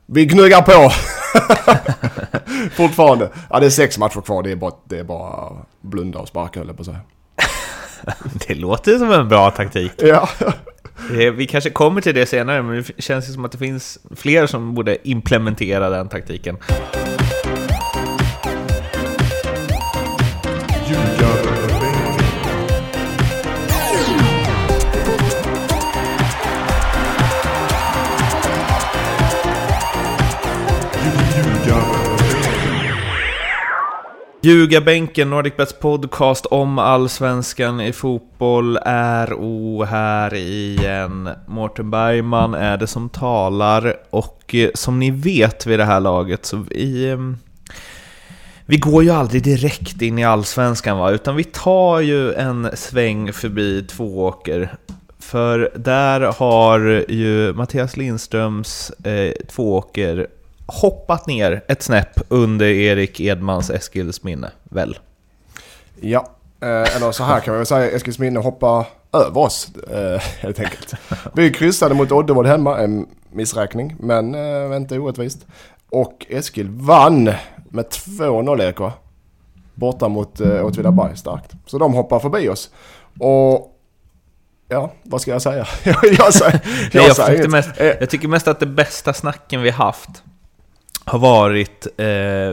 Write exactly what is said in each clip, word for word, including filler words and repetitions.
Vi gnuggar på. Fortfarande. Ja, det är sex matcher kvar. Det är bara, det är bara blunda och sparka, eller på sig. Det låter som en bra taktik. Ja. Vi kanske kommer till det senare, men det känns som att det finns fler som borde implementera den taktiken. Ljugarbänken, NordicBets podcast om allsvenskan i fotboll är o här igen. Mårten Bergman är det som talar, och som ni vet vid det här laget så vi, vi går ju aldrig direkt in i allsvenskan, va? Utan vi tar ju en sväng förbi Tvååker. För där har ju Mattias Lindströms eh, Tvååker hoppat ner ett snäpp under Erik Edmans Eskilsminne, väl? Ja, eh, eller så här kan man väl säga, Eskilsminne hoppar över oss, eh, helt enkelt. Vi kryssade mot Oddevård hemma, en missräkning, men eh, inte orättvist. Och Eskil vann med två noll, Erik, va? Borta mot eh, Åtvidaberg, starkt. Så de hoppar förbi oss. Och ja, vad ska jag säga? jag, jag, säger, jag, jag, säger tyckte mest, jag tycker mest att det bästa snacken vi haft har varit eh,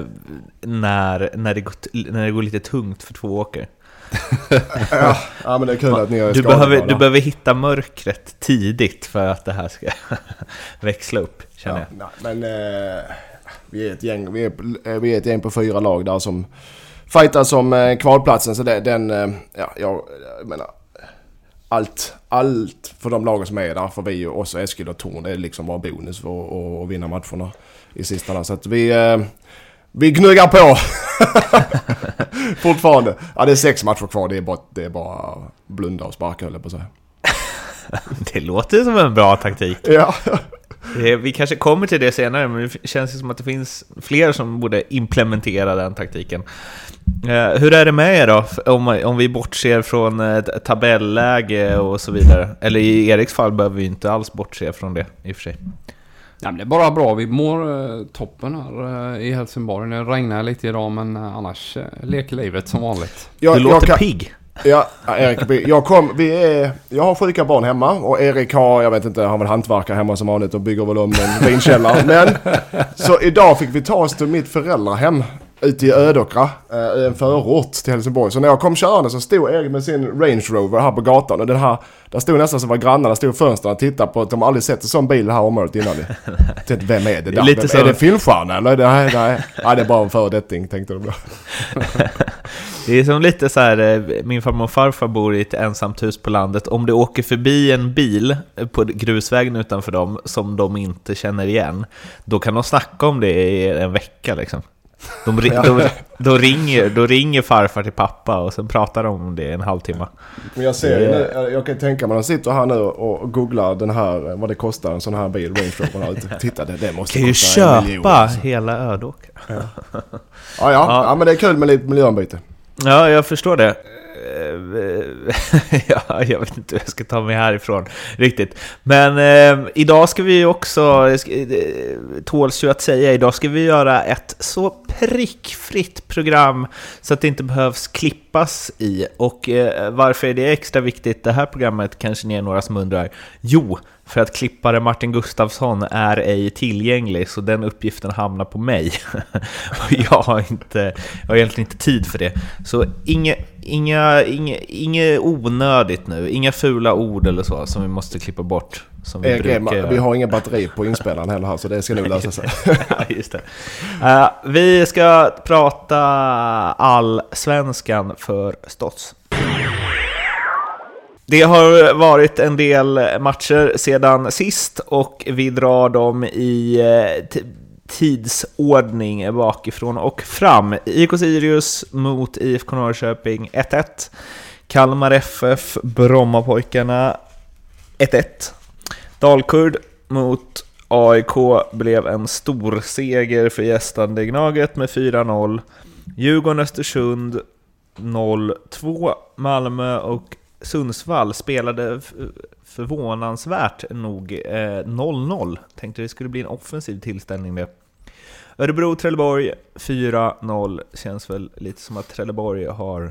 när, när, det gått, när det går lite tungt för Tvååker. ja, ja, men det är kul att ni har du behöver, du behöver hitta mörkret tidigt för att det här ska växla upp, känner ja, jag. Nej, men eh, vi, är ett gäng, vi, är, vi är ett gäng på fyra lag där som fightar som eh, kvalplatsen. Så det, den, eh, ja, jag, jag menar, allt, allt för de lagen som är där, för vi och oss, Eskil och Torn, det är liksom bara bonus för att, att vinna matcherna i sista. Så att vi, eh, vi gnuggar på. Fortfarande. Ja, det är sex matcher kvar. Det är bara, det är bara blunda och sparka, eller på sig. Det låter som en bra taktik. Ja. Vi kanske kommer till det senare, men det känns som att det finns fler som borde implementera den taktiken. Hur är det med er då, om, om vi bortser från ett tabelläge och så vidare? Eller i Eriks fall behöver vi inte alls bortse från det, i och för sig. Ja, det är bara bra. Vi mår eh, toppen här eh, i Helsingborg. Det regnar lite idag, men eh, annars eh, leker livet som vanligt. Jag, du låter jag kan... pigg. Ja, Erik, jag, kom, vi är, jag har sjuka barn hemma och Erik har, jag vet inte, har väl hantverkare hemma som vanligt och bygger väl om en vinkällare. Men så idag fick vi ta oss till mitt föräldrahem ute i Ödåkra, en förort till Helsingborg. Så när jag kom körande så stod Erik med sin Range Rover här på gatan, och den här, där stod nästan som var grannarna, stod i fönstren och tittade på att de aldrig sett en sån bil i det här området innan. Tänkte, vem är det där? Lite Vem, så... Är det filmstjärna eller? Nej, nej, nej, det är bara en fördetting, tänkte de då. Det är som lite så här, min farmor och farfar bor i ett ensamt hus på landet. Om det åker förbi en bil på grusvägen utanför dem som de inte känner igen, då kan de snacka om det i en vecka liksom. De, de, då, ringer, då ringer farfar till pappa och sen pratar de om det en halvtimme. Men jag ser det, jag, jag kan tänka mig, de sitter här nu och googlar den här, vad det kostar en sån här bil, Range Rover. Titta, det, det måste kan ju köpa miljon, alltså. Hela Ödåkra. Ja. Ja, ja, ja. Ja, men det är kul med lite miljöombyte. Ja, jag förstår det. Ja, jag vet inte hur jag ska ta mig härifrån riktigt. Men eh, idag ska vi också, tåls ju att säga, idag ska vi göra ett så prickfritt program så att det inte behövs klippas i. Och eh, varför är det extra viktigt, det här programmet, kanske ni är några som undrar? Jo, för att klippare Martin Gustafsson är ej tillgänglig, så den uppgiften hamnar på mig. Och jag har inte, jag har egentligen inte tid för det. Så inga, inga, inga, inga onödigt nu, inga fula ord eller så som vi måste klippa bort. Som vi, eh, brukar. Vi har inga batteri på inspelaren heller här, så det ska nog lösa sig. Ja, just det. Uh, vi ska prata allsvenskan förstås. Det har varit en del matcher sedan sist och vi drar dem i t- tidsordning bakifrån och fram. I K Sirius mot I F K Norrköping ett ett. Kalmar F F Brommapojkarna ett ett. Dalkurd mot A I K blev en stor seger för gästande Gnaget med fyra noll. Djurgården Östersund noll två. Malmö och Sundsvall spelade f- förvånansvärt nog eh, noll noll. Tänkte det skulle bli en offensiv tillställning det. Örebro-Trelleborg fyra noll. Känns väl lite som att Trelleborg har...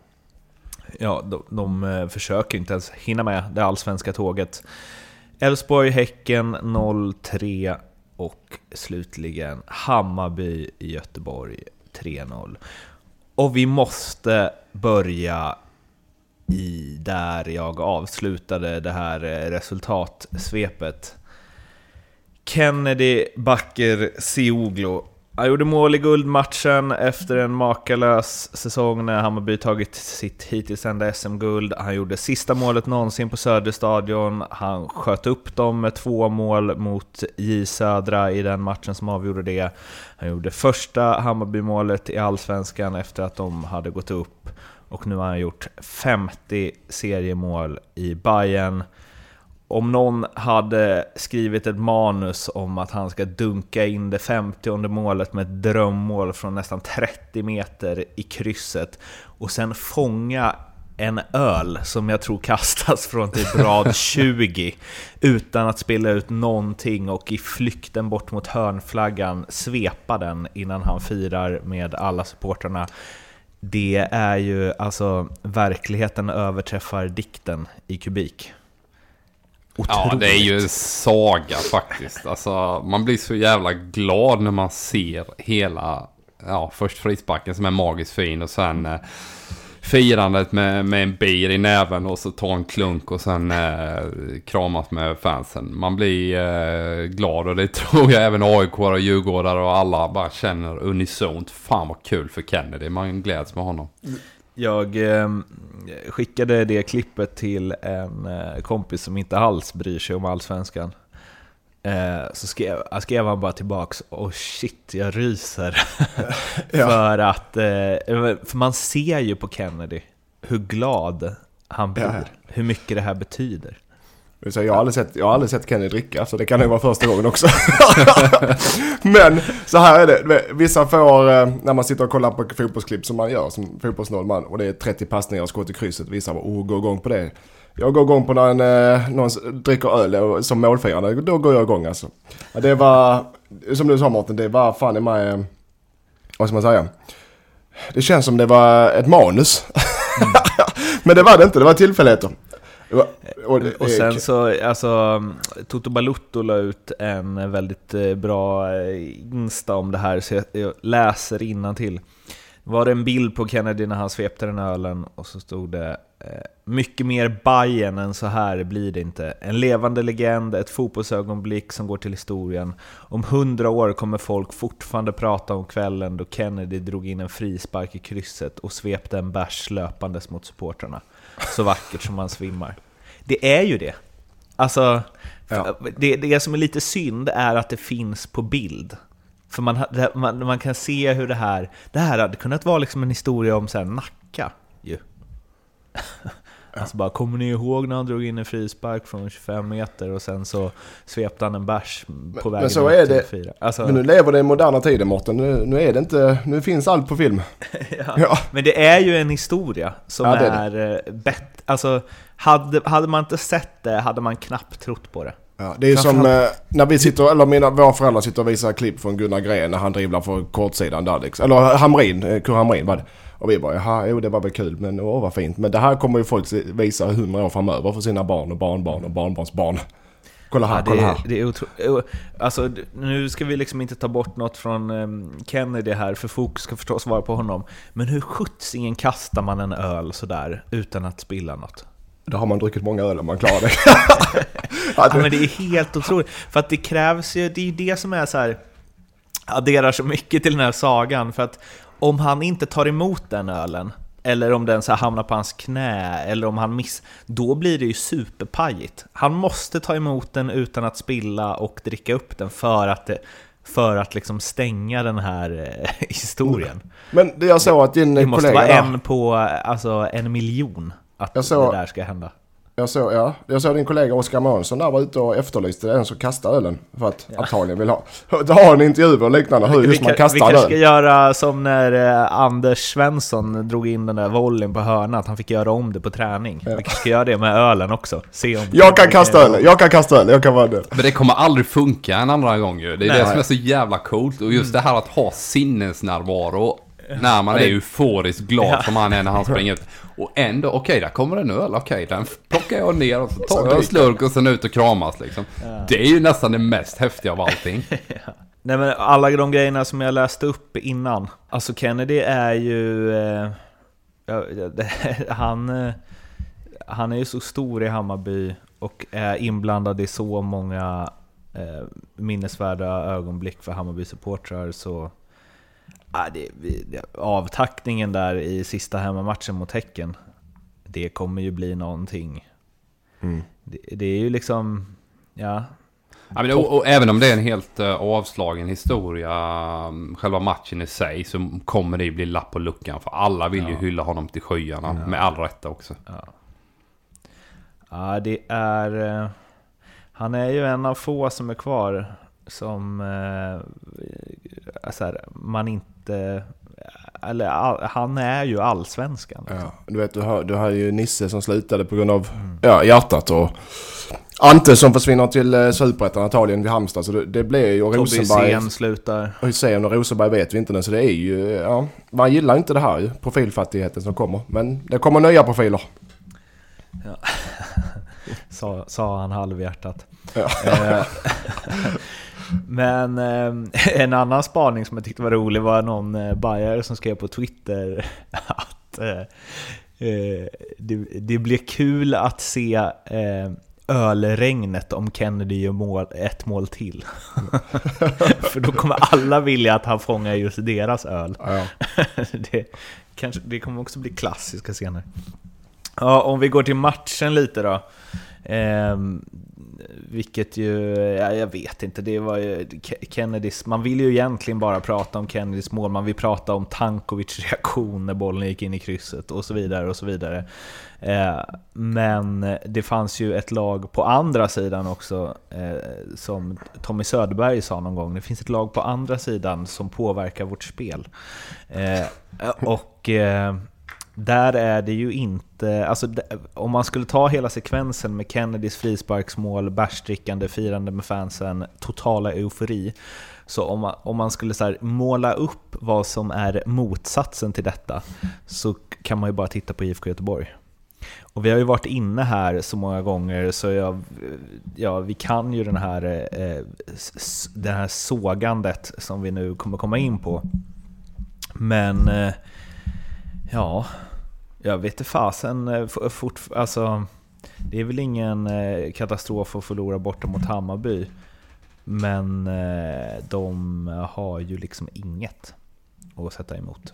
Ja, de, de försöker inte ens hinna med det allsvenska tåget. Elfsborg-Häcken noll tre. Och slutligen Hammarby i Göteborg tre noll. Och vi måste börja i där jag avslutade det här resultatsvepet. Kennedy Bakker Sioglu. Han gjorde mål i guldmatchen efter en makalös säsong när Hammarby tagit sitt hittills enda S M-guld. Han gjorde sista målet någonsin på Söderstadion. Han sköt upp dem med två mål mot J Södra i den matchen som avgjorde det. Han gjorde första Hammarby-målet i Allsvenskan efter att de hade gått upp. Och nu har han gjort femtio seriemål i Bayern. Om någon hade skrivit ett manus om att han ska dunka in det femtionde målet med ett drömmål från nästan trettio meter i krysset och sen fånga en öl som jag tror kastas från typ rad tjugo utan att spela ut någonting och i flykten bort mot hörnflaggan svepa den innan han firar med alla supporterna. Det är ju alltså verkligheten överträffar dikten i kubik. Otroligt. Ja, det är ju en saga faktiskt. Alltså, man blir så jävla glad när man ser hela, ja, först frisparken som är magiskt fin och sen eh, firandet med, med en bir i näven och så ta en klunk och sen eh, kramas med fansen. Man blir eh, glad och det tror jag även A I K och Djurgårdare och alla bara känner unisont. Fan vad kul för Kennedy, man gläds med honom. Jag eh, skickade det klippet till en eh, kompis som inte alls bryr sig om allsvenskan. Eh, så skrev, skrev han bara tillbaks: åh oh shit, jag ryser. Ja. För att eh, för man ser ju på Kennedy hur glad han blir, ja. Hur mycket det här betyder. Så jag har aldrig sett, jag har aldrig sett Kenny dricka, så det kan ju vara första gången också. Men så här är det. Vissa får, när man sitter och kollar på fotbollsklipp som man gör som fotbollsnollman, och det är trettio passningar och skott i krysset. Vissa oh, går igång på det. Jag går igång på när en, någon dricker öl som målfirande. Då går jag igång alltså. Det var, som du sa Martin, det var fan i mig, vad ska man säga? Det känns som det var ett manus. Mm. Men det var det inte, det var tillfälligheter. Och, och sen så, alltså, Toto Balutto la ut en väldigt bra insta om det här, så jag, jag läser innantill. Var det en bild på Kennedy när han svepte den ölen och så stod det: mycket mer Bayern än så här blir det inte. En levande legend, ett fotbollsögonblick som går till historien. Om hundra år kommer folk fortfarande prata om kvällen då Kennedy drog in en frispark i krysset och svepte en bärs löpandes mot supporterna. Så vackert som man svimmar. Det är ju det. Alltså, ja. det, det som är lite synd är att det finns på bild. För man, man, man kan se hur det här... Det här hade kunnat vara liksom en historia om så här Nacka ju. Alltså bara, kommer ni ihåg när han drog in en frispark från tjugofem meter och sen så svepte han en bärs på vägen men så är det. Fyra. Alltså, men nu lever det i moderna tider, Mårten. Nu, nu är det inte, nu finns allt på film. ja. Ja. Men det är ju en historia som ja, är, är bättre. Alltså, hade, hade man inte sett det hade man knappt trott på det. Ja, det är som eh, när vi sitter, eller mina, våra föräldrar sitter och visar klipp från Gunnar Gren när han dribblar för kortsidan där liksom. Eller Hamrin, Kur Hamrin var det. Och vi bara, jaha, jo det var väl kul, men åh vad fint. Men det här kommer ju folk visa hundra år framöver för sina barn och barnbarn och barnbarnsbarn. Kolla här, ja, kolla här. Det är otro- alltså, nu ska vi liksom inte ta bort något från um, Kennedy här, för fokus ska förstås vara på honom. Men hur skjutsingen kastar man en öl sådär utan att spilla något? Då har man druckit många öl om man klarar det. Ja, men det är helt otroligt. För att det krävs ju, det är ju det som är så här, adderar så mycket till den här sagan. För att om han inte tar emot den ölen, eller om den så här hamnar på hans knä, eller om han miss, då blir det ju superpajigt. Han måste ta emot den utan att spilla och dricka upp den för att det, för att liksom stänga den här eh, historien. Men det jag såg att din det måste kollega vara där, en på alltså en miljon att jag såg, det där ska hända. Jag såg, ja, jag såg din kollega Oskar Månsson där var ute och efterlyste en som kastar ölen. För att ja. antagligen vill ha. Det har en intervju och liknande hur vi, just man kastar vi öl. Vi kanske ska göra som när eh, Anders Svensson drog in den där volleyn på hörna. Att han fick göra om det på träning. Ja. Vi kanske ska göra det med ölen också. Se om jag kan kasta öl, jag kan kasta öl, jag kan vara det. Men det kommer aldrig funka en andra gång ju. Det är Nej. det som är så jävla coolt. Och just mm. det här att ha sinnesnärvaro när man är euforiskt glad ja. som han är när han springer ut. Och ändå, okej, okay, där kommer en öl. Okej, okay, den plockar jag ner och så tar jag en slurk och sen ut och kramas liksom. Ja. Det är ju nästan det mest häftiga av allting. ja. Nej, men alla de grejerna som jag läste upp innan. Alltså Kennedy är ju... Eh, ja, det, han, eh, han är ju så stor i Hammarby och är inblandad i så många eh, minnesvärda ögonblick för Hammarby-supportrar så... Ja, det, det, avtackningen där i sista hemmamatchen mot Häcken, det kommer ju bli någonting. Mm. Det, det är ju liksom, ja. ja men det, och, och även om det är en helt uh, avslagen historia, um, själva matchen i sig, så kommer det ju bli lapp på luckan. För alla vill ja. ju hylla honom till skyarna, ja. med all rätta också. Ja, ja det är, uh, han är ju en av få som är kvar som uh, alltså man inte eller all, han är ju allsvenskan liksom. Ja, du vet du har, du har ju Nisse som slutade på grund av mm. ja, hjärtat och Ante som försvinner till eh, Superettan Italien vid Halmstad så det, det blir ju Rosenberg Hysén slutar. Hysén och Rosenberg vet vi inte nu så det är ju ja, man gillar inte det här ju profilfattigheten som kommer men det kommer nya profiler. Ja. sa, sa han halvhjärtat. Ja. Men eh, en annan spaning som jag tyckte var rolig var någon eh, bajare som skrev på Twitter att eh, eh, det, det blir kul att se eh, ölregnet om Kennedy gör mål, ett mål till. För då kommer alla vilja att han fångar just deras öl. Ja. det, kanske, det kommer också bli klassiska scener. Ja, om vi går till matchen lite då. Eh, vilket ju, ja, jag vet inte, det var ju Kennedys, man vill ju egentligen bara prata om Kennedys mål, man vill prata om Tankovics reaktion när bollen gick in i krysset och så vidare och så vidare. Eh, men det fanns ju ett lag på andra sidan också, eh, som Tommy Söderberg sa någon gång, det finns ett lag på andra sidan som påverkar vårt spel. Eh, och eh, där är det ju inte, alltså om man skulle ta hela sekvensen med Kennedys frisparksmål, bärsdrickande, firande med fansen, totala eufori, så om man, om man skulle så här måla upp vad som är motsatsen till detta så kan man ju bara titta på I F K Göteborg. Och vi har ju varit inne här så många gånger så jag, ja, vi kan ju den här, eh, det här sågandet som vi nu kommer komma in på. Men eh, ja, jag vet inte fasen fort, alltså det är väl ingen katastrof att förlora borta mot Hammarby, men de har ju liksom inget att sätta emot.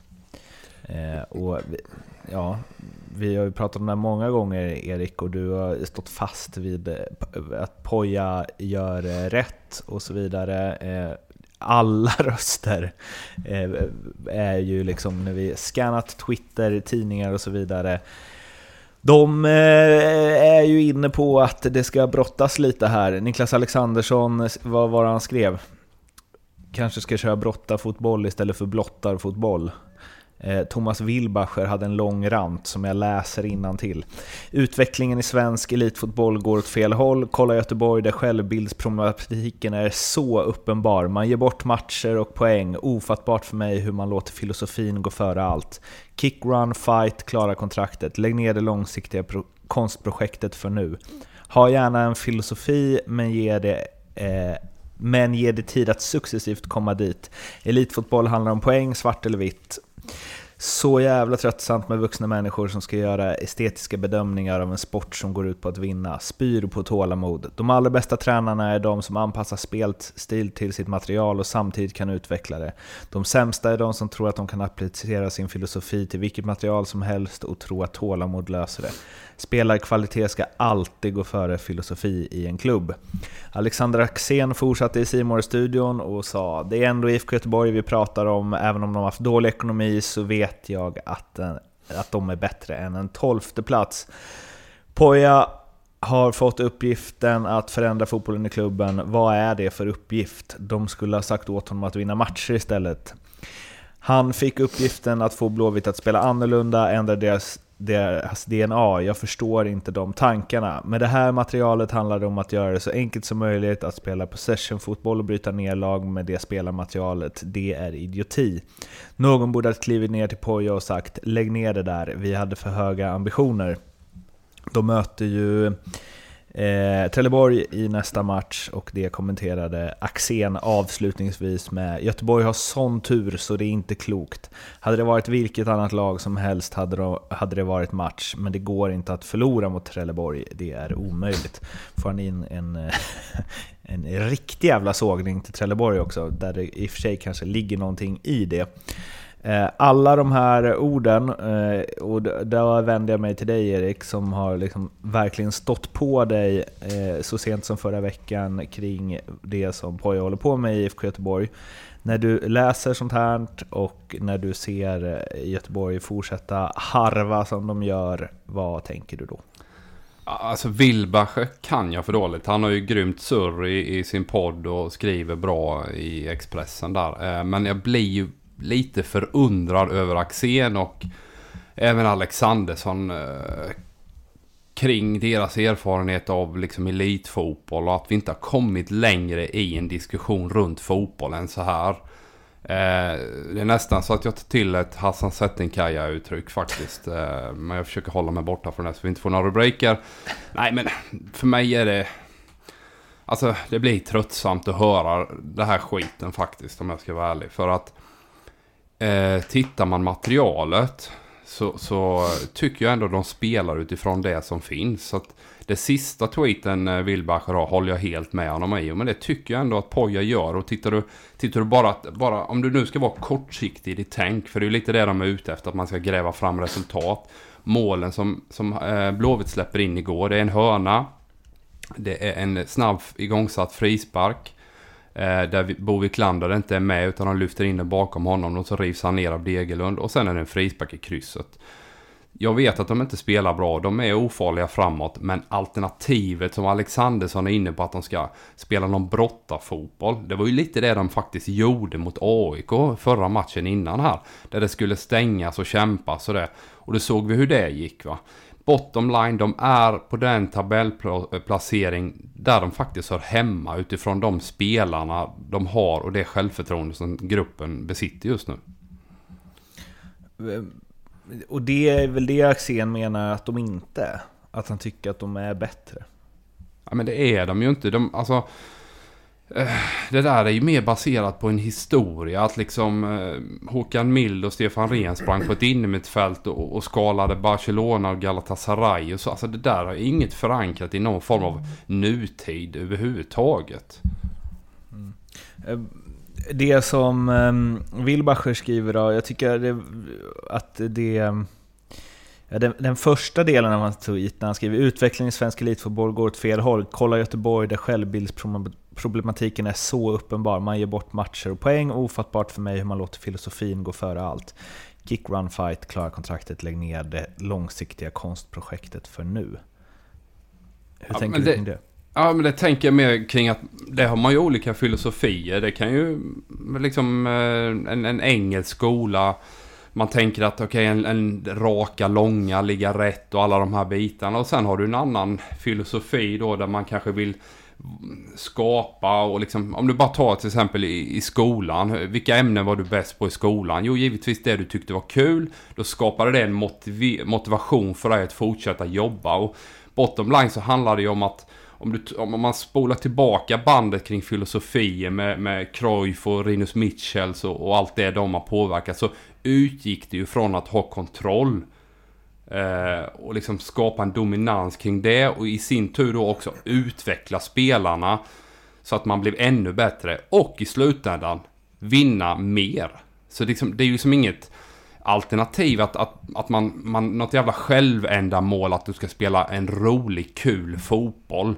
Och ja, vi har ju pratat om det här många gånger, Erik, och du har stått fast vid att Poja gör rätt och så vidare. Alla röster eh, är ju liksom, när vi skannat Twitter, tidningar och så vidare, de eh, är ju inne på att det ska brottas lite här. Niklas Alexandersson, vad var han skrev? Kanske ska köra brotta fotboll istället för blottar fotboll. Eh, Thomas Wilbacher hade en lång rant som jag läser innantill. Utvecklingen i svensk elitfotboll går åt fel håll. Kolla Göteborg där självbildsproblematiken är så uppenbar. Man ger bort matcher och poäng. Ofattbart för mig hur man låter filosofin gå före allt. Kick, run, fight, klara kontraktet. Lägg ner det långsiktiga pro- konstprojektet för nu. Ha gärna en filosofi men ge det... Eh, men ge det tid att successivt komma dit. Elitfotboll handlar om poäng, svart eller vitt. Så jävla tröttsamt med vuxna människor som ska göra estetiska bedömningar av en sport som går ut på att vinna. Spyr på tålamod. De allra bästa tränarna är de som anpassar spelstil till sitt material och samtidigt kan utveckla det. De sämsta är de som tror att de kan applicera sin filosofi till vilket material som helst och tro att tålamod löser det. Spelarkvalitet ska alltid gå före filosofi i en klubb. Alexander Axén fortsatte i C More-studion och sa: det är ändå I F K Göteborg vi pratar om. Även om de har haft dålig ekonomi så vet jag att, att de är bättre än en tolfte plats. Poja har fått uppgiften att förändra fotbollen i klubben. Vad är det för uppgift? De skulle ha sagt åt honom att vinna matcher istället. Han fick uppgiften att få Blåvitt att spela annorlunda, ändra deras, deras D N A. Jag förstår inte de tankarna. Med det här materialet handlar det om att göra det så enkelt som möjligt, att spela possession-fotboll och bryta ner lag med det spelarmaterialet. Det är idioti. Någon borde ha klivit ner till Poja och sagt, lägg ner det där, vi hade för höga ambitioner. De möter ju eh, Trelleborg i nästa match, och det kommenterade Axén avslutningsvis med: Göteborg har sån tur så det är inte klokt. Hade det varit vilket annat lag som helst hade det, hade det varit match, men det går inte att förlora mot Trelleborg, det är omöjligt. Får han in en, en riktig jävla sågning till Trelleborg också, där det i och för sig kanske ligger någonting i det. Alla de här orden, och där vänder jag mig till dig Erik, som har liksom verkligen stått på dig så sent som förra veckan kring det som Poja håller på med i I F K Göteborg. När du läser sånt här och när du ser Göteborg fortsätta harva som de gör, vad tänker du då? Alltså Wilbacher kan jag för dåligt. Han har ju grymt surr i, i sin podd och skriver bra i Expressen där. Men jag blir ju lite förundrad över Axén och även Alexandersson eh, kring deras erfarenhet av liksom elitfotboll, och att vi inte har kommit längre i en diskussion runt fotbollen så här. Eh, det är nästan så att jag tar till ett Hassan Settinkaja-uttryck faktiskt. Eh, men jag försöker hålla mig borta från det så vi inte får några rubriker. Nej, men för mig är det... Alltså, det blir tröttsamt att höra det här skiten faktiskt, om jag ska vara ärlig. För att Eh, tittar man materialet så, så tycker jag ändå de spelar utifrån det som finns. Så att det sista tweeten eh, Wilbacher har håller jag helt med honom i, men det tycker jag ändå att Poja gör. Och tittar du, tittar du bara, att, bara om du nu ska vara kortsiktig i ditt tänk, för det är ju lite det de är ute efter, att man ska gräva fram resultat. Målen som, som eh, Blåvitt släpper in igår, det är en hörna, det är en snabb igångsatt frispark. Eh, där Bo Wiklander inte är med utan de lyfter in den bakom honom och så rivs han ner av Degerlund, och sen är det en frispark i krysset. Jag vet att de inte spelar bra, de är ofarliga framåt, men alternativet som Alexandersson är inne på, att de ska spela någon brottarfotboll, det var ju lite det de faktiskt gjorde mot A I K förra matchen innan här, där det skulle stängas och kämpas och det, och då såg vi hur det gick, va. Bottom line, de är på den tabellplacering där de faktiskt hör hemma utifrån de spelarna de har och det självförtroende som gruppen besitter just nu. Och det är väl det Axén menar att de inte, att han tycker att de är bättre. Ja, men det är de ju inte. De, alltså, det där är ju mer baserat på en historia, att liksom eh, Håkan Mild och Stefan Rehn sprang på ett innermittfält och, och skalade Barcelona och Galatasaray och så. Alltså det där är inget förankrat i någon form av nutid överhuvudtaget. Mm. Det som um, Wilbacher skriver då, jag tycker det, att det... Ja, den, den första delen av hans tweet när han skriver: utvecklingen i svensk elitfotboll går åt fel håll. Kolla Göteborg där självbildsproblematiken är så uppenbar. Man ger bort matcher och poäng. Ofattbart för mig hur man låter filosofin gå före allt. Kick, run, fight, klara kontraktet, lägg ner det långsiktiga konstprojektet för nu. Hur ja, tänker du det, kring det? Ja, men det tänker jag mer kring att det har man ju olika filosofier. Det kan ju liksom en, en engelsk skola... Man tänker att okej, okay, en, en raka, långa, ligga rätt och alla de här bitarna. Och sen har du en annan filosofi då där man kanske vill skapa och liksom, om du bara tar till exempel i, i skolan. Vilka ämnen var du bäst på i skolan? Jo, givetvis det du tyckte var kul. Då skapade det en motiv- motivation för dig att fortsätta jobba. Och bottom line så handlar det ju om att Om, du, om man spolar tillbaka bandet kring filosofier med, med Cruyff och Rinus Michels och, och allt det de har påverkat, så utgick det ju från att ha kontroll eh, och liksom skapa en dominans kring det, och i sin tur då också utveckla spelarna så att man blir ännu bättre och i slutändan vinna mer. Så liksom, det är ju som inget alternativ att, att, att man, man något jävla självändamål att du ska spela en rolig, kul fotboll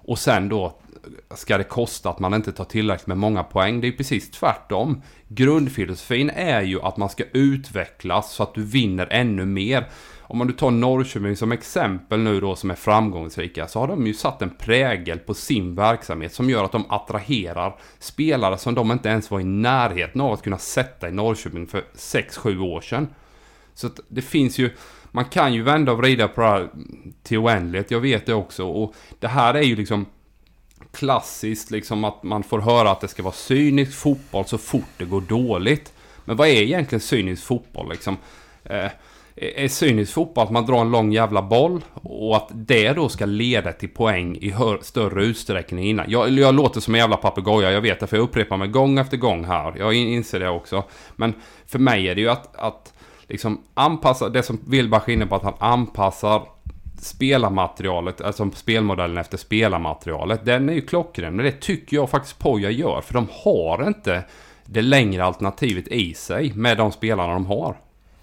och sen då ska det kosta att man inte tar tillräckligt med många poäng. Det är precis tvärtom. Grundfilosofin är ju att man ska utvecklas så att du vinner ännu mer. Om man du tar Norrköping som exempel nu då, som är framgångsrika, så har de ju satt en prägel på sin verksamhet som gör att de attraherar spelare som de inte ens var i närheten av att kunna sätta i Norrköping för sex sju år sedan. Så att det finns ju, man kan ju vända och vrida på det här till oändlighet, jag vet det också. Och det här är ju liksom klassiskt, liksom att man får höra att det ska vara cynisk fotboll så fort det går dåligt. Men vad är egentligen cynisk fotboll liksom? Eh, är cynisk fotboll att man drar en lång jävla boll och att det då ska leda till poäng i hör, större utsträckning innan. Jag, jag låter som en jävla papegoja, jag vet det, för jag upprepar mig gång efter gång här. Jag inser det också. Men för mig är det ju att, att liksom anpassa, det som Wilbach är inne på, att han anpassar spelarmaterialet, alltså spelmodellen efter spelarmaterialet. Den är ju klockren, men det tycker jag faktiskt Poja gör, för de har inte det längre alternativet i sig med de spelarna de har.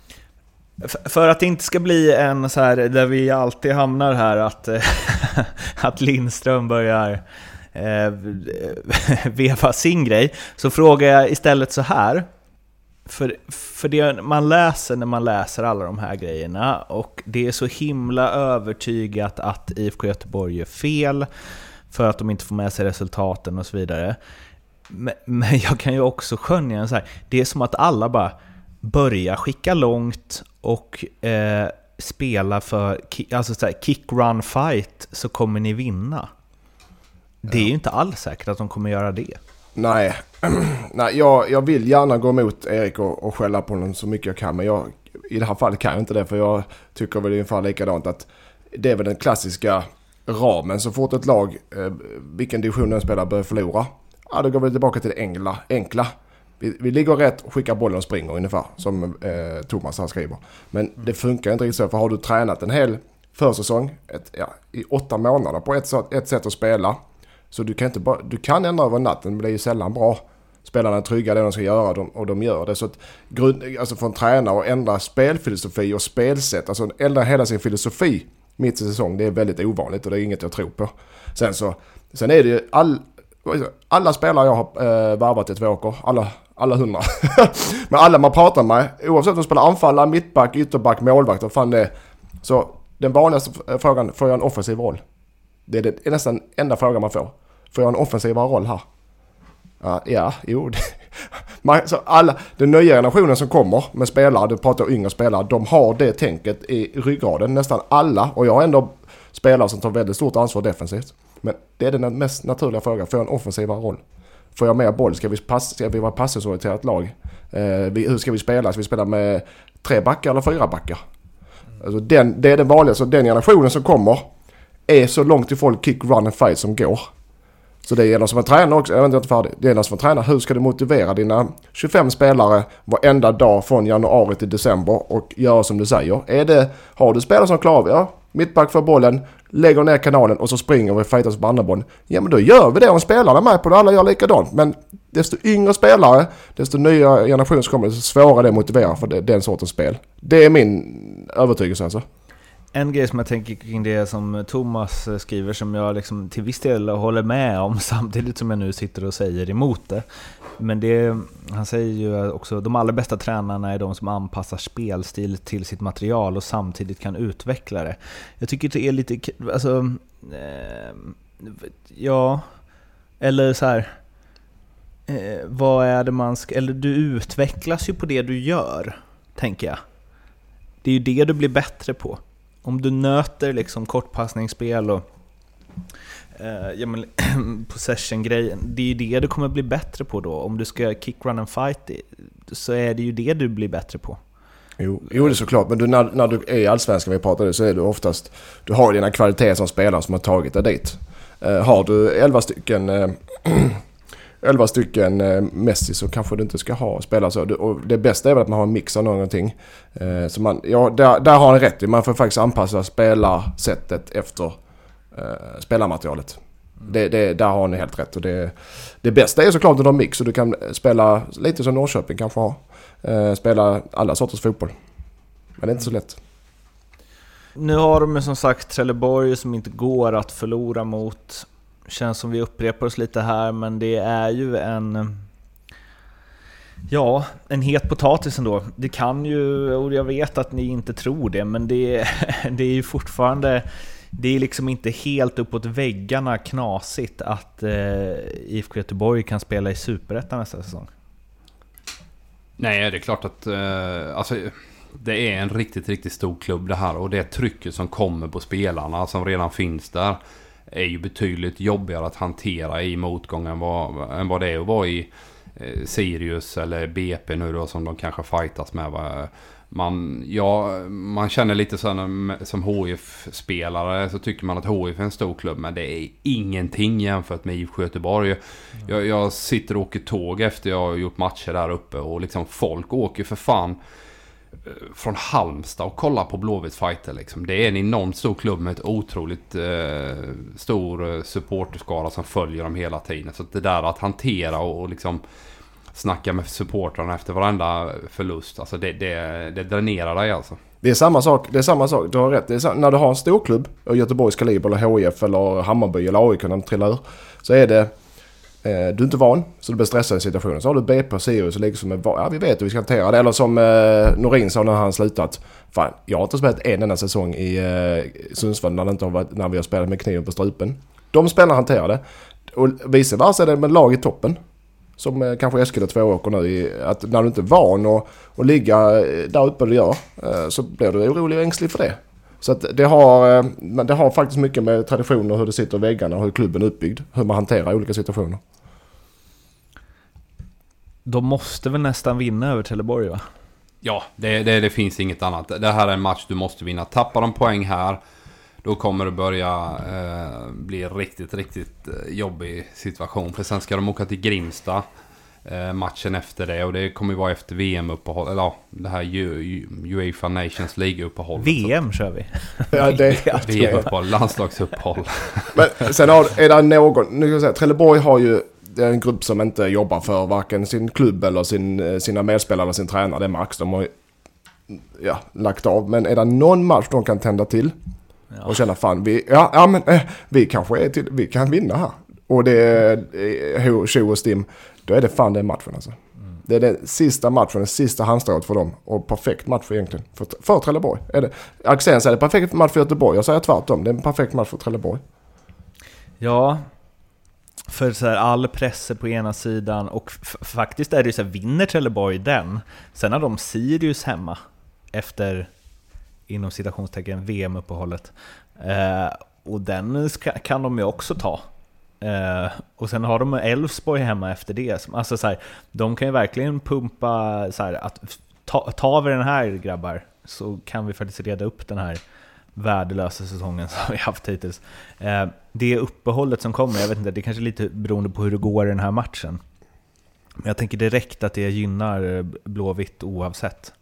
För att det inte ska bli en så här där vi alltid hamnar här att, att Lindström börjar eh, veva sin grej, så frågar jag istället så här. För, för det man läser när man läser alla de här grejerna, och det är så himla övertygat att I F K Göteborg gör fel för att de inte får med sig resultaten och så vidare. Men, men jag kan ju också skönja så här, det är som att alla bara börja skicka långt och eh, spela för alltså så här, kick, run, fight, så kommer ni vinna. Det är ju inte alls säkert att de kommer göra det. Nej, Nej jag, jag vill gärna gå emot Erik och, och skälla på honom så mycket jag kan, men jag, i det här fallet kan jag inte det, för jag tycker väl ungefär likadant att det är väl den klassiska ramen. Så fort ett lag, eh, vilken division den spelar, börjar förlora, ja, då går vi tillbaka till det enkla. enkla. Vi, vi ligger rätt och skickar bollen och springer ungefär, som eh, Thomas här skriver. Men det funkar inte riktigt så, för har du tränat en hel försäsong ett, ja, i åtta månader på ett, ett sätt att spela, så du kan inte bara, du kan ändra över natten, men det är ju sällan bra. Spelarna är trygga det de ska göra, de, och de gör det. Så att grund, alltså för en tränare att ändra spelfilosofi och spelsätt, alltså ändra hela sin filosofi mitt i säsong, det är väldigt ovanligt och det är inget jag tror på. Sen så, sen är det ju all, alla spelare jag har äh, varvat i två år, alla, alla hundra. Men alla man pratar med, oavsett om de spelar anfallare, mittback, ytterback, målvakt och fan det är. Så den vanligaste frågan, får jag en offensiv roll? Det är, det är nästan enda frågan man får. Får jag en offensivare roll här? Ja, ja jo. Man, så alla, den nya generationen som kommer med spelare, du pratar om yngre spelare, de har det tänket i ryggraden, nästan alla. Och jag har ändå spelare som tar väldigt stort ansvar defensivt. Men det är den mest naturliga frågan. Får jag en offensivare roll? Får jag mer boll? Ska vi, pass, ska vi vara passningsorienterat lag? Eh, vi, hur ska vi spela? Ska vi spela med tre backar eller fyra backar? Alltså den, det är den vanliga. Så den generationen som kommer är så långt ifrån kick, run and fight som går. Så det gäller som en tränare också. Jag är inte färdig. Det gäller som en tränare. Hur ska du motivera dina tjugofem spelare varenda dag från januari till december och göra som du säger? Är det, har du spelare som klarar, ja, mittback för bollen, lägger ner kanalen och så springer vi och fightas på andra bollen. Ja, men då gör vi det om spelarna med på det. Alla gör likadant. Men desto yngre spelare, desto nya generationer kommer, desto svårare det att motivera för det, den sortens spel. Det är min övertygelse alltså. En grej som jag tänker kring det som Thomas skriver, som jag liksom till viss del håller med om, samtidigt som jag nu sitter och säger emot det. Men det, han säger ju också, de allra bästa tränarna är de som anpassar spelstil till sitt material och samtidigt kan utveckla det. Jag tycker det är lite, alltså, eh, ja, eller så här, eh, vad är det man ska, eller du utvecklas ju på det du gör, tänker jag. Det är ju det du blir bättre på. Om du nöter liksom kortpassningsspel och eh, ja, men, possession-grejen, det är ju det du kommer bli bättre på då. Om du ska kick, run and fight, så är det ju det du blir bättre på. Jo, jo det är såklart. Men du, när, när du är i allsvenskan, vi pratar det, så är du oftast, du har dina kvaliteter som spelare som har tagit dig dit. Eh, har du elva stycken eh, elva stycken eh, Messi, så kanske du inte ska ha spelare så. Och det bästa är väl att man har en mix av någonting. Eh, så man, ja, där, där har han rätt. Man får faktiskt anpassa spelarsättet efter eh, spelarmaterialet. Det, det, där har han helt rätt. Och det, det bästa är såklart att du har en mix, så du kan spela lite som Norrköping kanske har. Eh, spela alla sorters fotboll. Men det är inte så lätt. Nu har de som sagt Trelleborg som inte går att förlora mot. känns som vi upprepar oss lite här, men det är ju en... Ja, en het potatis ändå. Det kan ju, och jag vet att ni inte tror det, men det, det är ju fortfarande... Det är liksom inte helt uppåt väggarna knasigt att eh, I F K Göteborg kan spela i Superettan nästa säsong. Nej, det är klart att eh, alltså, det är en riktigt, riktigt stor klubb det här. Och det trycket som kommer på spelarna som redan finns där är ju betydligt jobbigare att hantera i motgången än vad, än vad det är att vara i eh, Sirius eller B P nu då, som de kanske fightas med. Va? Man, ja, man känner lite så här, som H I F-spelare så tycker man att H I F är en stor klubb, men det är ingenting jämfört med I F K Göteborg. Jag, jag sitter och åker tåg efter jag har gjort matcher där uppe och liksom folk åker för fan från Halmstad och kollar på Blåvitt fighter liksom. Det är en enormt stor klubb med ett otroligt eh, stor supporterskara som följer dem hela tiden. Så det där att hantera och, och liksom snacka med supportrarna efter varenda förlust, alltså det, det, det dränerar dig alltså. Det är samma sak, det är samma sak, du har rätt. Det är sam- när du har en stor klubb, Göteborgs Kaliber eller H I F eller Hammarby eller A I K när de trillar ur, så är det eh, du är inte van, så du blir stressad i situationen. Så har du B P och Sirius och liksom är, ja, vi vet hur vi ska hantera det. Eller som eh, Norin sa när han slutat, fan, jag har inte spelat en enda säsong i eh, Sundsvall när, det inte har varit, när vi har spelat med kniven på strupen. De spelarna hanterar det. Och vice versa är det med lag i toppen. Som eh, kanske Eskil och två åker nu i, att när du inte är van att, att ligga där uppe du gör, eh, så blir du orolig och ängslig för det. Så att det har, eh, det har faktiskt mycket med traditioner, hur det sitter i väggarna och hur klubben är uppbyggd, hur man hanterar olika situationer. De måste väl nästan vinna över Trelleborg, va? Ja, det, det, det finns inget annat. Det här är en match du måste vinna. Tappar de poäng här, då kommer det börja eh, bli riktigt, riktigt eh, jobbig situation. För sen ska de åka till Grimsta eh, matchen efter det. Och det kommer ju vara efter V M-uppehåll. Eller ja, det här U- U- UEFA Nations League-uppehåll. V M kör vi. Ja, det V M-uppehåll, landslagsuppehåll. Men sen har, är det någon... Nu kan jag säga, Trelleborg har ju... Det är en grupp som inte jobbar för varken sin klubb eller sin, sina medspelare eller sin tränare. Det är Max. De har ja, lagt av. Men är det någon match de kan tända till ja. och känna fan, vi, ja, ja, men, eh, vi kanske är till, vi kan vinna här. Och det är tjo och stim. Då är det fan den matchen alltså. Mm. Det är den sista matchen, den sista handstrået för dem. Och perfekt match egentligen. För, för Trelleborg. Är det, Axén säger det perfekt match för Göteborg. Jag säger tvärtom. Det är en perfekt match för Trelleborg. Ja. För så här, all press på ena sidan. Och f- faktiskt är det så här, vinner Trelleborg den. Sen har de Sirius hemma. Efter, inom citationstecken, V M-uppehållet. Eh, och den ska, kan de ju också ta. Eh, och sen har de Elfsborg hemma efter det. Alltså så här, de kan ju verkligen pumpa så här, att ta, tar vi den här, grabbar, så kan vi faktiskt reda upp den här värdelösa säsongen som vi haft hittills. Eh, det uppehållet som kommer, jag vet inte, det är kanske lite beroende på hur det går i den här matchen. Men jag tänker direkt att det gynnar Blåvitt oavsett.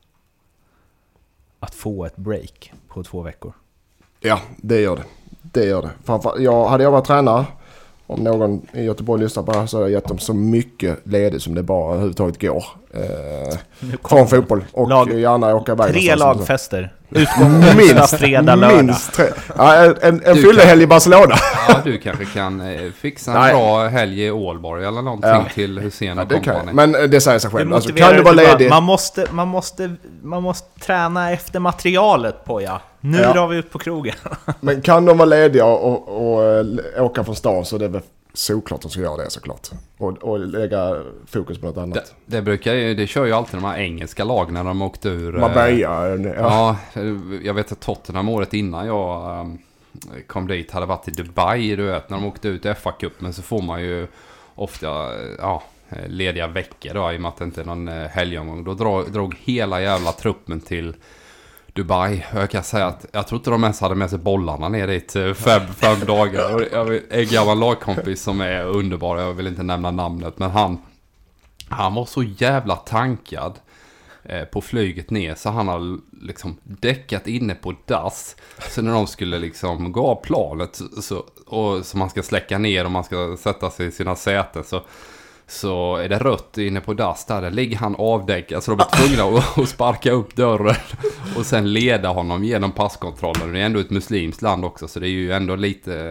Att få ett break på två veckor. Ja, det gör det. Det gör det. Framför, jag, hade jag varit tränare, om någon i Göteborg lyssnar på det här, så har jag gett dem så mycket ledigt som det bara överhuvudtaget går. Eh, från fotboll. Och lag, gärna åka iväg. Tre lagfester. Utgång minst, fredag, lördag. Minst tre. Ja, en en, en fyllehelg i Barcelona. Ja, du kanske kan eh, fixa en Nej. bra helg i Ålborg eller någonting ja. till Hussein och ja, kompani. Men det säger sig själv. Alltså, kan du vara ledig? Man måste, man, måste, man måste träna efter materialet på, ja. Nu ja. drar vi ut på krogen. Men kan de vara lediga och, och, och åka från stan, så det är väl såklart de ska göra det, såklart. Och, och lägga fokus på något annat. Det, det brukar ju, det kör ju alltid de här engelska lag när de åkt ur... Marbella. Ja. ja, jag vet att Tottenham året innan jag um, kom dit hade varit i Dubai, du vet, när de åkte ut i F A-cup, men så får man ju ofta ja, lediga veckor då, i och med att det inte är någon helgomgång. Då drog, drog hela jävla truppen till Dubai. Jag kan säga att jag tror inte de ens hade med sig bollarna ner dit fem, fem dagar. Och jag vet, en gammal lagkompis som är underbar, jag vill inte nämna namnet, men han, han var så jävla tankad eh, på flyget ner, så han har liksom däckat inne på dass. Så när de skulle liksom gå av planet så, och så man ska släcka ner och man ska sätta sig i sina säten, så så är det rött inne på dass där. Där ligger han avdäckad. Så de är tvungna att, att sparka upp dörren och sen leda honom genom passkontrollen. Det är ändå ett muslimskt land också, så det är ju ändå lite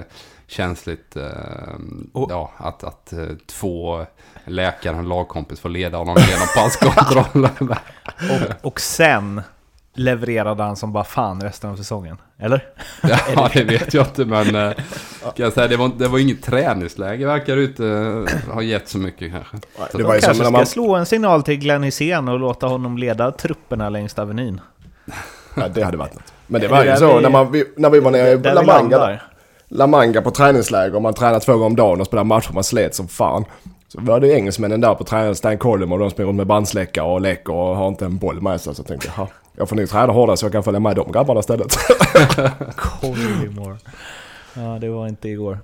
känsligt eh, och, ja, att, att eh, två läkare och en lagkompis får leda honom genom passkontrollen. och, och sen levererade han som bara fan resten av säsongen, eller? Ja, det vet jag inte, men eh, kan jag säga, det var, det var inget träningsläge, verkar inte uh, ha gett så mycket kanske. Så det var ju kanske ska man... slå en signal till Glenn Hysén och låta honom leda trupperna längs Avenyn. Ja, det hade varit något. Men det var ju så, vi, när, man, vi, när vi var nere i La Manga, La Manga på träningsläger och man tränade två gånger om dagen och spelade matcher, man slet som fan. Så var det engelsmännen där på träningen, Stan Collum, och de springer runt med bandsläckare och leker och har inte en boll med sig. Så jag tänkte, ja, jag får nu träna hårdare så jag kan följa med de grabbarna istället. Collymore. Ja, det var inte igår.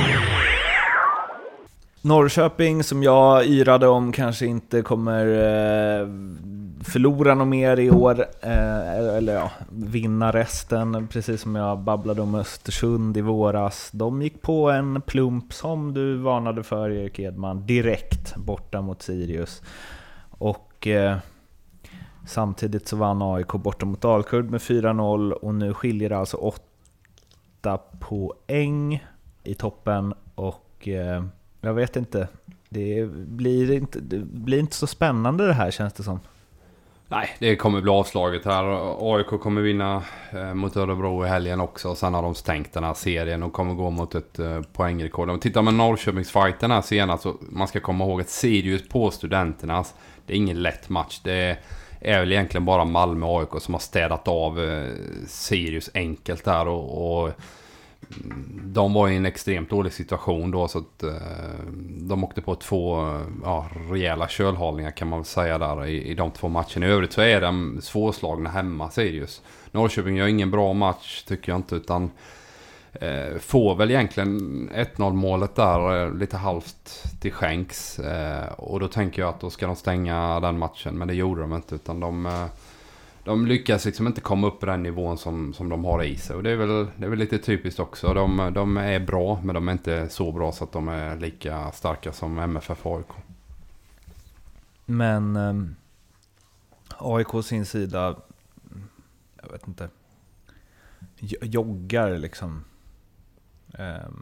Norrköping, som jag yrade om, kanske inte kommer eh, förlora något mer i år, eh, eller ja, vinna resten, precis som jag babblade om Östersund i våras. De gick på en plump som du varnade för, Erik Edman, direkt borta mot Sirius. Och eh, samtidigt så vann A I K borta mot Dalkurd med fyra noll, och nu skiljer det alltså åtta poäng i toppen, och eh, jag vet inte. Det blir inte, det blir inte så spännande det här, känns det som. Nej, det kommer bli avslaget här. A I K kommer vinna eh, mot Örebro i helgen också. Sen har de stängt den här serien och kommer gå mot ett eh, poängrekord. Om vi tittar med Norrköpingsfighten här senast, så man ska komma ihåg att Sirius på Studenternas, det är ingen lätt match. Det är, är väl egentligen bara Malmö och A I K som har städat av eh, Sirius enkelt där, och, och de var i en extremt dålig situation då, så att eh, de åkte på två ja, rejäla kölhalningar kan man väl säga där i, i de två matcherna. I övrigt så är de svårslagna hemma, Sirius. Norrköping gör ingen bra match tycker jag inte, utan eh, får väl egentligen ett noll målet där eh, lite halvt till skänks, eh, och då tänker jag att då ska de stänga den matchen, men det gjorde de inte, utan de eh, De lyckas liksom inte komma upp på den nivån som, som de har i sig. Och det är väl, det är väl lite typiskt också. De, de är bra, men de är inte så bra så att de är lika starka som M F F och A I K. Men um, A I K sin sida, jag vet inte, joggar liksom um,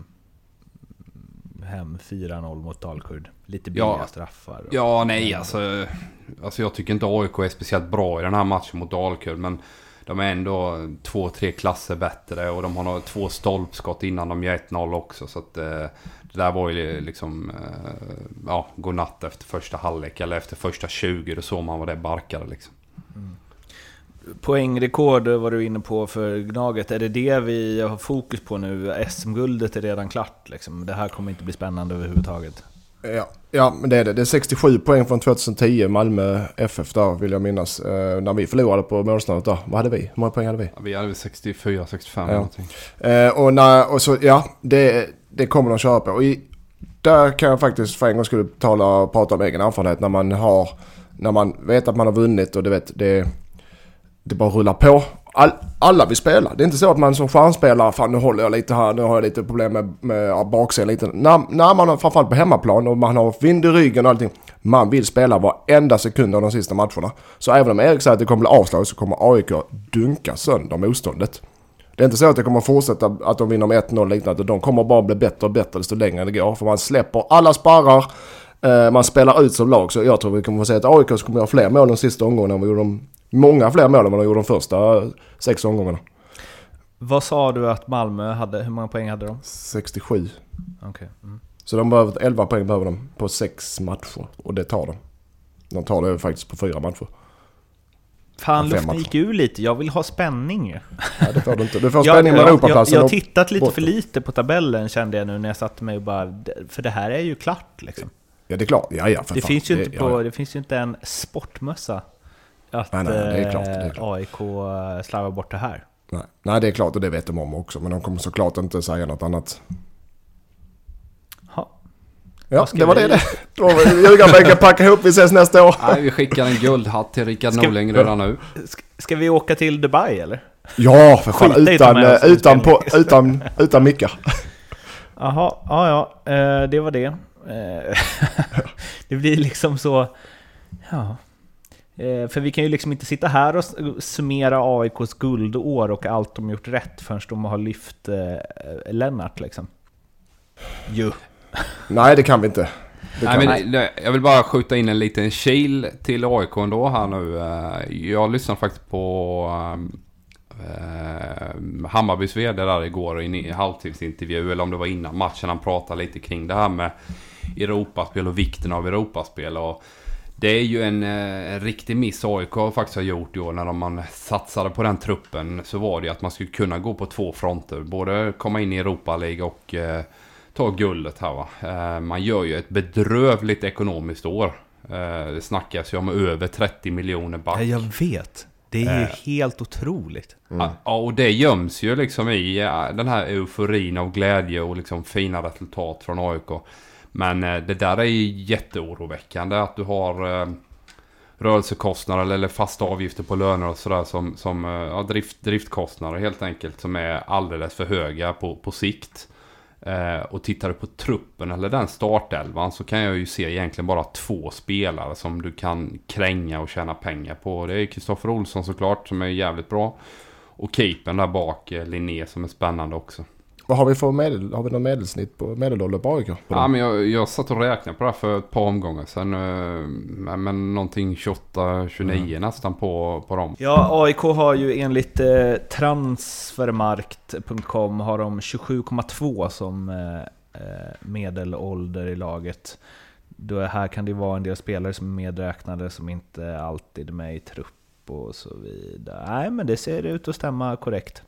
hem fyra noll mot Dalkurd. Lite billiga ja, straffar. Och, ja, nej, alltså, alltså jag tycker inte A I K är speciellt bra i den här matchen mot Dalkurd, men de är ändå två, tre klasser bättre, och de har nog två stolpskott innan de gör ett noll också, så att eh, det där var ju liksom eh, ja, godnatt efter första halvlek, eller efter första tjugo, då såg man vad det barkade liksom. Mm. Poängrekord var du inne på för Gnaget. Är det det vi har fokus på nu? S M-guldet är redan klart liksom. Det här kommer inte bli spännande överhuvudtaget. Ja, ja, men det är det. Det är sextiosju poäng från tjugohundratio, Malmö F F där vill jag minnas. Eh, när vi förlorade på målsnöret då. Vad hade vi? Hur många poäng hade vi? Ja, vi hade sextiofyra sextiofem ja. någonting. Eh, och, när, och så, ja, det, det kommer de köra på. Och i, där kan jag faktiskt för en gång skulle tala, prata om egen erfarenhet. När man har, när man vet att man har vunnit och du vet, det det bara rullar på. All, alla vill spela. Det är inte så att man som stjärnspelare, fan nu håller jag lite här, nu har jag lite problem med, med baksidan lite. När, när man har framförallt på hemmaplan och man har vind i ryggen och allting, man vill spela varenda sekund av de sista matcherna. Så även om Erik säger att det kommer bli avslag, så kommer A I K dunka sönder motståndet. Det är inte så att det kommer fortsätta att de vinner med ett noll liknande. De kommer bara bli bättre och bättre desto längre det går. För man släpper alla sparrar, eh, man spelar ut som lag. Så jag tror vi kommer få se att A I K kommer göra fler mål de sista omgångarna än vi gjorde de många fler mål än vad de gjorde de första sex omgångarna. Vad sa du att Malmö hade? Hur många poäng hade de? sextiosju. Okay. Mm. Så de behöver elva poäng behöver de på sex matcher. Och det tar de. De tar det faktiskt på fyra matcher. Fan, luften gick ur lite. Jag vill ha spänning. Ja, det tar du inte. Du får spänning med Europaplatsen. Jag har tittat lite för lite på tabellen, kände jag nu när jag satte mig och bara... För det här är ju klart liksom. Ja, det är klart. Ja, ja, för det, fan. finns ju det, inte på, ja, ja. det finns ju inte en sportmössa att nej, nej, det är klart, det är klart. A I K slarvar bort det här. Nej. nej, det är klart och det vet de om också. Men de kommer såklart inte säga något annat. Ha. Ja, det var vi... det det. Då Ljugarbänken packa ihop, vi ses nästa år. Nej, vi skickar en guldhatt till Rickard ska... Norling redan nu. Ska vi åka till Dubai eller? Ja, för fan, utan, utan, på, utan, utan mickar. Jaha, ja, ja, det var det. Det blir liksom så... Ja... För vi kan ju liksom inte sitta här och summera A I K:s guldår och allt de gjort rätt förrän de har lyft eh, Lennart liksom. Jo. Nej, det kan vi inte. Det Nej, kan. men, jag vill bara skjuta in en liten kil till A I K ändå här nu. Jag lyssnade faktiskt på eh, Hammarbys vd där igår i en halvtidsintervju, eller om det var innan matchen. Han pratade lite kring det här med Europaspel och vikten av Europaspel. Och det är ju en, en riktig miss A I K faktiskt har gjort i år. När man satsade på den truppen så var det att man skulle kunna gå på två fronter. Både komma in i Europa League och eh, ta guldet här va. Eh, man gör ju ett bedrövligt ekonomiskt år. Eh, det snackas ju om över trettio miljoner back. Ja, jag vet. Det är ju eh. helt otroligt. Mm. Ja, och det göms ju liksom i ja, den här euforin av glädje och liksom fina resultat från A I K. Men eh, det där är ju jätteoroväckande att du har eh, rörelsekostnader eller fasta avgifter på löner och sådär som, som eh, ja, drift, driftkostnader helt enkelt som är alldeles för höga på, på sikt. Eh, och tittar du på truppen eller den startelvan så kan jag ju se egentligen bara två spelare som du kan kränga och tjäna pengar på. Det är Kristoffer Olsson såklart som är jävligt bra. Och keepern där bak, eh, Linné som är spännande också. Vad har vi för medel, har vi någon medelsnitt på medelålder på A I K? Ja, men jag, jag satt och räknade på det här för ett par omgångar sen. Men någonting tjugoåtta tjugonio mm. nästan på, på dem. Ja, A I K har ju enligt eh, transfermarkt punkt com har de tjugosju komma två som eh, medelålder i laget. Då här kan det vara en del spelare som är medräknade som inte alltid är med i trupp och så vidare. Nej, men det ser ut att stämma korrekt.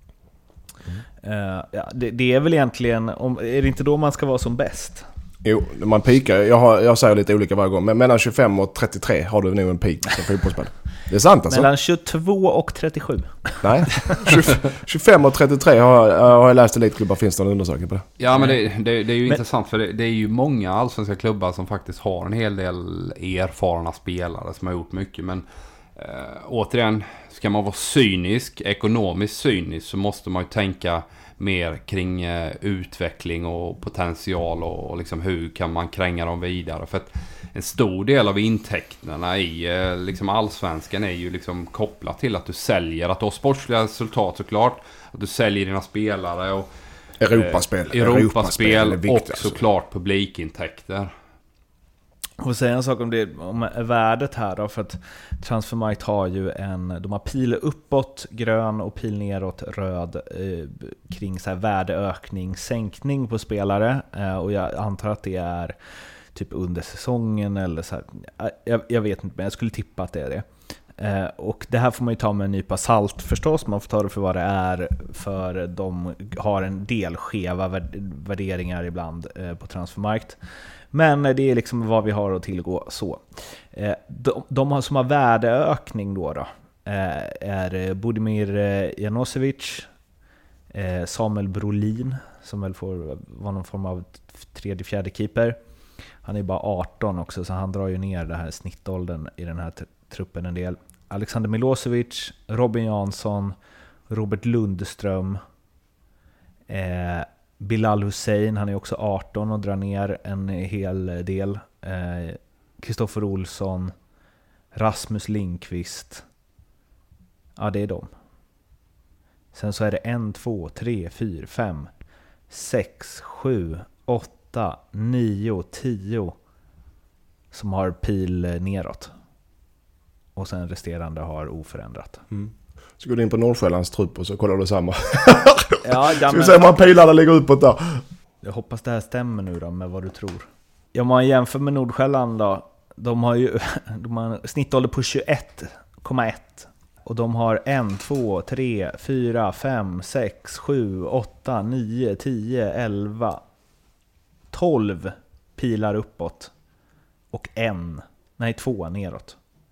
Mm. Uh, ja, det, det är väl egentligen om, är det inte då man ska vara som bäst? Jo, man pikar. Jag, har, jag säger lite olika varje gång. Men mellan tjugofem och trettiotre har du nog en peak som fotbollsspel. Det är sant alltså. Mellan tjugotvå och trettiosju. Nej, tjugofem och trettiotre har, har jag läst i Elitklubbar. Finns det en undersökning på det? Ja, men det, det, det är ju men, intressant för det, det är ju många allsvenska klubbar som faktiskt har en hel del erfarna spelare som har gjort mycket. Men äh, återigen, ska man vara cynisk, ekonomiskt cynisk, så måste man ju tänka mer kring eh, utveckling och potential och, och liksom hur kan man kränga dem vidare. För att en stor del av intäkterna i eh, liksom allsvenskan är ju liksom kopplat till att du säljer, att du har sportsliga resultat såklart, att du säljer dina spelare och Europaspel, eh, Europaspel viktigt, och alltså. såklart publikintäkter. Och säga en sak om det, om värdet här då, för att Transfermarkt har ju en, de har pil uppåt grön och pil neråt röd eh, kring så här värdeökning, sänkning på spelare, eh, och jag antar att det är typ under säsongen eller så här, jag, jag vet inte, men jag skulle tippa att det är det. Eh, och det här får man ju ta med en nypa salt förstås, man får ta det för vad det är, för de har en del skeva värderingar ibland eh, på Transfermarkt. Men det är liksom vad vi har att tillgå så. De, de som har värdeökning då, då är Budimir Janosevic, Samuel Brolin som väl får vara någon form av tredje fjärde keeper. Han är bara arton också, så han drar ju ner det här snittåldern i den här t- truppen en del. Alexander Milosevic, Robin Jansson, Robert Lundström, eh, Bilal Hussein, han är också arton och drar ner en hel del. Kristoffer eh, Olsson, Rasmus Lindqvist. Ja, det är de. Sen så är det en, två, tre, fyra, fem, sex, sju, åtta, nio, tio som har pil neråt. Och sen resterande har oförändrat. Mm. Så går du in på Nordsjällands trupp och så kollar du samma. Ja, ja, ska vi se om man pilarna ligger uppåt där. Jag hoppas det här stämmer nu då med vad du tror. Ja, om man jämför med Nordsjälland då. De har ju de har snittålder på tjugoett komma ett. Och de har en, två, tre, fyra, fem, sex, sju, åtta, nio, tio, elva, tolv pilar uppåt. Och en, nej två neråt.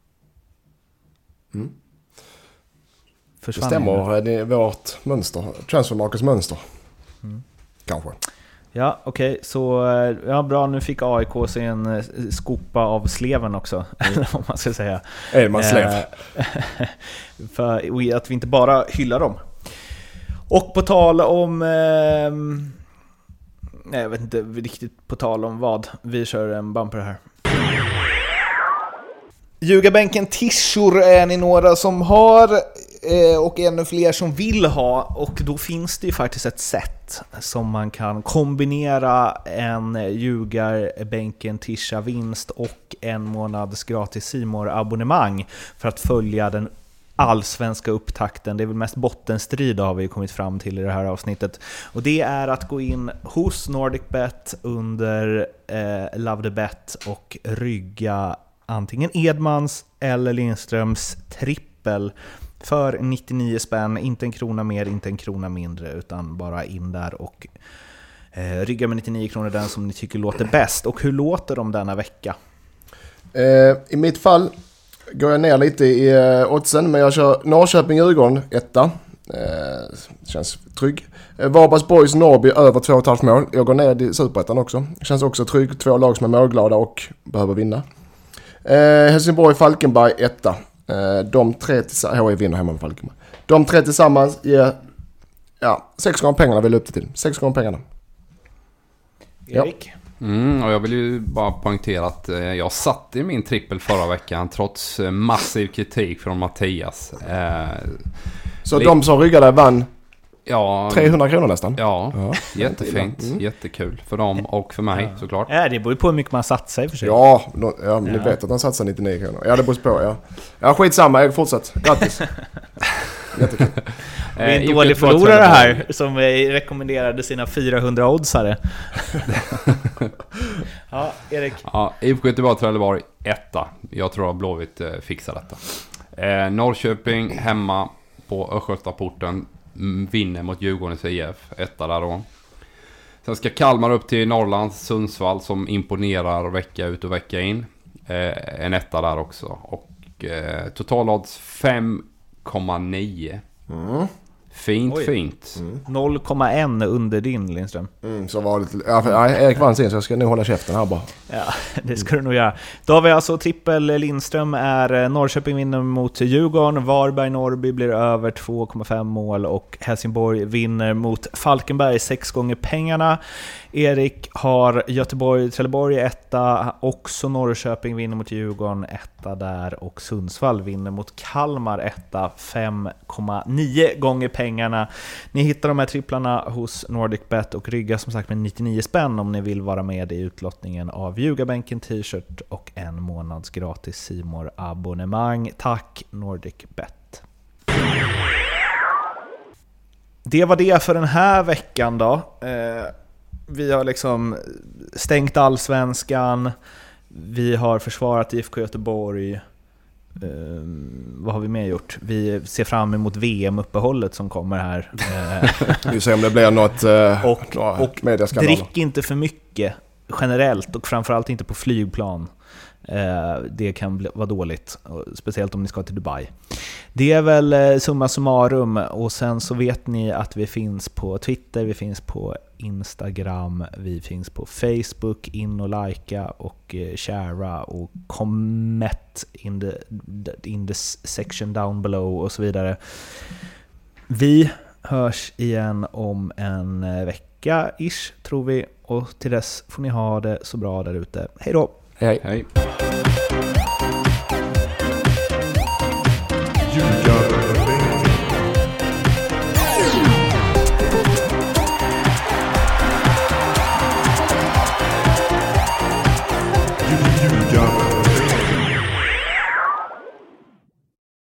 Mm. Det stämmer, det är vårt mönster, Transfermarkets mönster. Mm. Kanske. Ja, okej, okay, så ja, bra, nu fick A I K sig en skopa av sleven också, mm. eller vad man ska säga. Är man slev? För att vi inte bara hyllar dem. Och på tal om, eh, nej, jag vet inte riktigt på tal om vad, vi kör en bumper här. Ljugarbänken Tishor är ni några som har och ännu fler som vill ha, och då finns det ju faktiskt ett sätt som man kan kombinera en Ljugarbänken Tisha vinst och en månads gratis C More abonnemang för att följa den allsvenska upptakten. Det är väl mest bottenstrid har vi kommit fram till i det här avsnittet, och det är att gå in hos NordicBet under eh, Love the Bet och rygga antingen Edmans eller Lindströms trippel för nittionio spänn, inte en krona mer, inte en krona mindre, utan bara in där och eh, rygga med nittionio kronor den som ni tycker låter bäst. Och hur låter de denna vecka? Eh, I mitt fall går jag ner lite i eh, oddsen, men jag kör Norrköping-Djurgården etta. Eh, känns trygg. Eh, Varbergs Boys Norrby över två komma fem mål. Jag går ner i Superettan också. Känns också trygg. Två lag som är målglada och behöver vinna. Eh, Helsingborg-Falkenberg etta. Eh, de tre tillsammans... H I vinner hemma med Falkenberg. De tre tillsammans ger... Ja, sex gånger pengarna vill jag upp det till. Sex gånger pengarna. Erik? Ja. Mm, och jag vill ju bara poängtera att eh, jag satte i min trippel förra veckan trots eh, massiv kritik från Mattias. Eh, Så de som ryggade vann ja, trehundra kronor nästan? Ja, ja. Jättefint. Mm. Jättekul för dem och för mig ja. såklart. Ja, det beror ju på hur mycket man satsar i för sig. Ja, no, ja ni ja. vet att de satsar nittionio kronor. Ja, det beror på, ja. Ja, skitsamma, jag fortsätter. Grattis. Jättekul. Vi är en dålig förlorare här som rekommenderade sina fyrahundra oddsare. Ja, Erik. Ja, I F K Göteborg Trelleborg etta. Jag tror att Blåvitt eh, fixar detta. Eh, Norrköping hemma på Östgötaporten vinner mot Djurgårdens I F. Etta där då. Sen ska Kalmar upp till Norrlands Sundsvall som imponerar vecka ut och vecka in. Eh, en etta där också. Och eh, totalodds fem komma nio. Mm. Fint, Oj. fint. Mm. noll komma ett under din, Lindström. Mm, så var det lite... Ja, för, ja, Erik vann sen, så jag ska nu hålla käften här bara. Ja, det ska du nog göra. Då har vi alltså trippel Lindström är Norrköping vinner mot Djurgården, Varberg Norrby blir över två komma fem mål och Helsingborg vinner mot Falkenberg sex gånger pengarna. Erik har Göteborg Trelleborg etta, också Norrköping vinner mot Djurgården etta där och Sundsvall vinner mot Kalmar etta fem komma nio gånger pengarna. Ni hittar de här tripplarna hos NordicBet och rygga som sagt med nittionio spänn om ni vill vara med i utlottningen av Ljugarbänken t-shirt och en månads gratis C More abonnemang. Tack NordicBet. Det var det för den här veckan då. Eh, vi har liksom stängt allsvenskan. Vi har försvarat I F K Göteborg. Uh, vad har vi mer gjort? Vi ser fram emot V M-uppehållet som kommer här. Uh, vi ser om det blir något uh, och, och drick inte för mycket generellt och framförallt inte på flygplan. Uh, det kan bli, vara dåligt, speciellt om ni ska till Dubai. Det är väl uh, summa summarum, och sen så vet ni att vi finns på Twitter, vi finns på Instagram, vi finns på Facebook. In och likea och uh, sharea och comment in the, in the section down below och så vidare. Vi hörs igen om en vecka ish tror vi, och till dess får ni ha det så bra där ute. Hej då! Hej! Hej.